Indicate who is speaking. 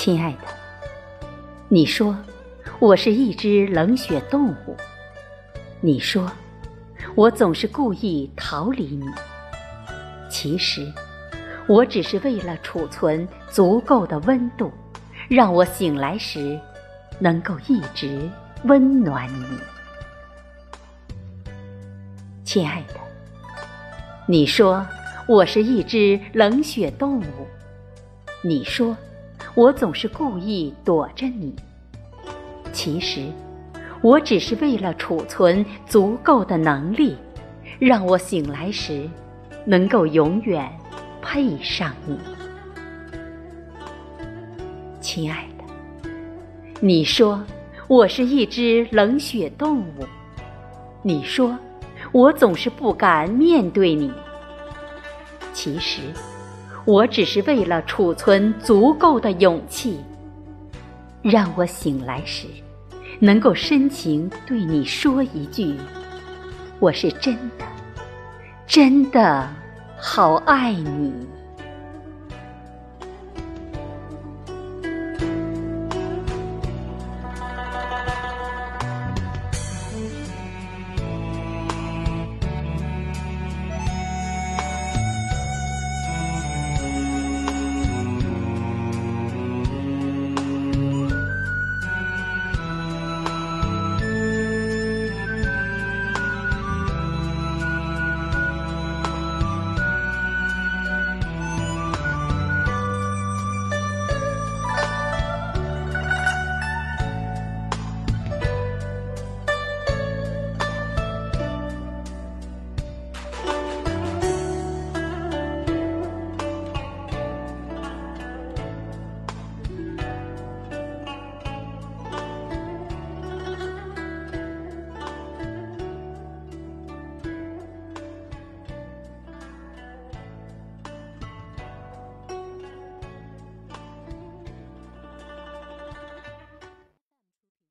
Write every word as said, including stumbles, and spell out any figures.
Speaker 1: 亲爱的，你说我是一只冷血动物，你说我总是故意逃离你，其实我只是为了储存足够的温度，让我醒来时能够一直温暖你。亲爱的，你说我是一只冷血动物，你说我总是故意躲着你，其实我只是为了储存足够的能力，让我醒来时能够永远配上你。亲爱的，你说我是一只冷血动物，你说我总是不敢面对你，其实我只是为了储存足够的勇气，让我醒来时能够深情对你说一句，我是真的真的好爱你。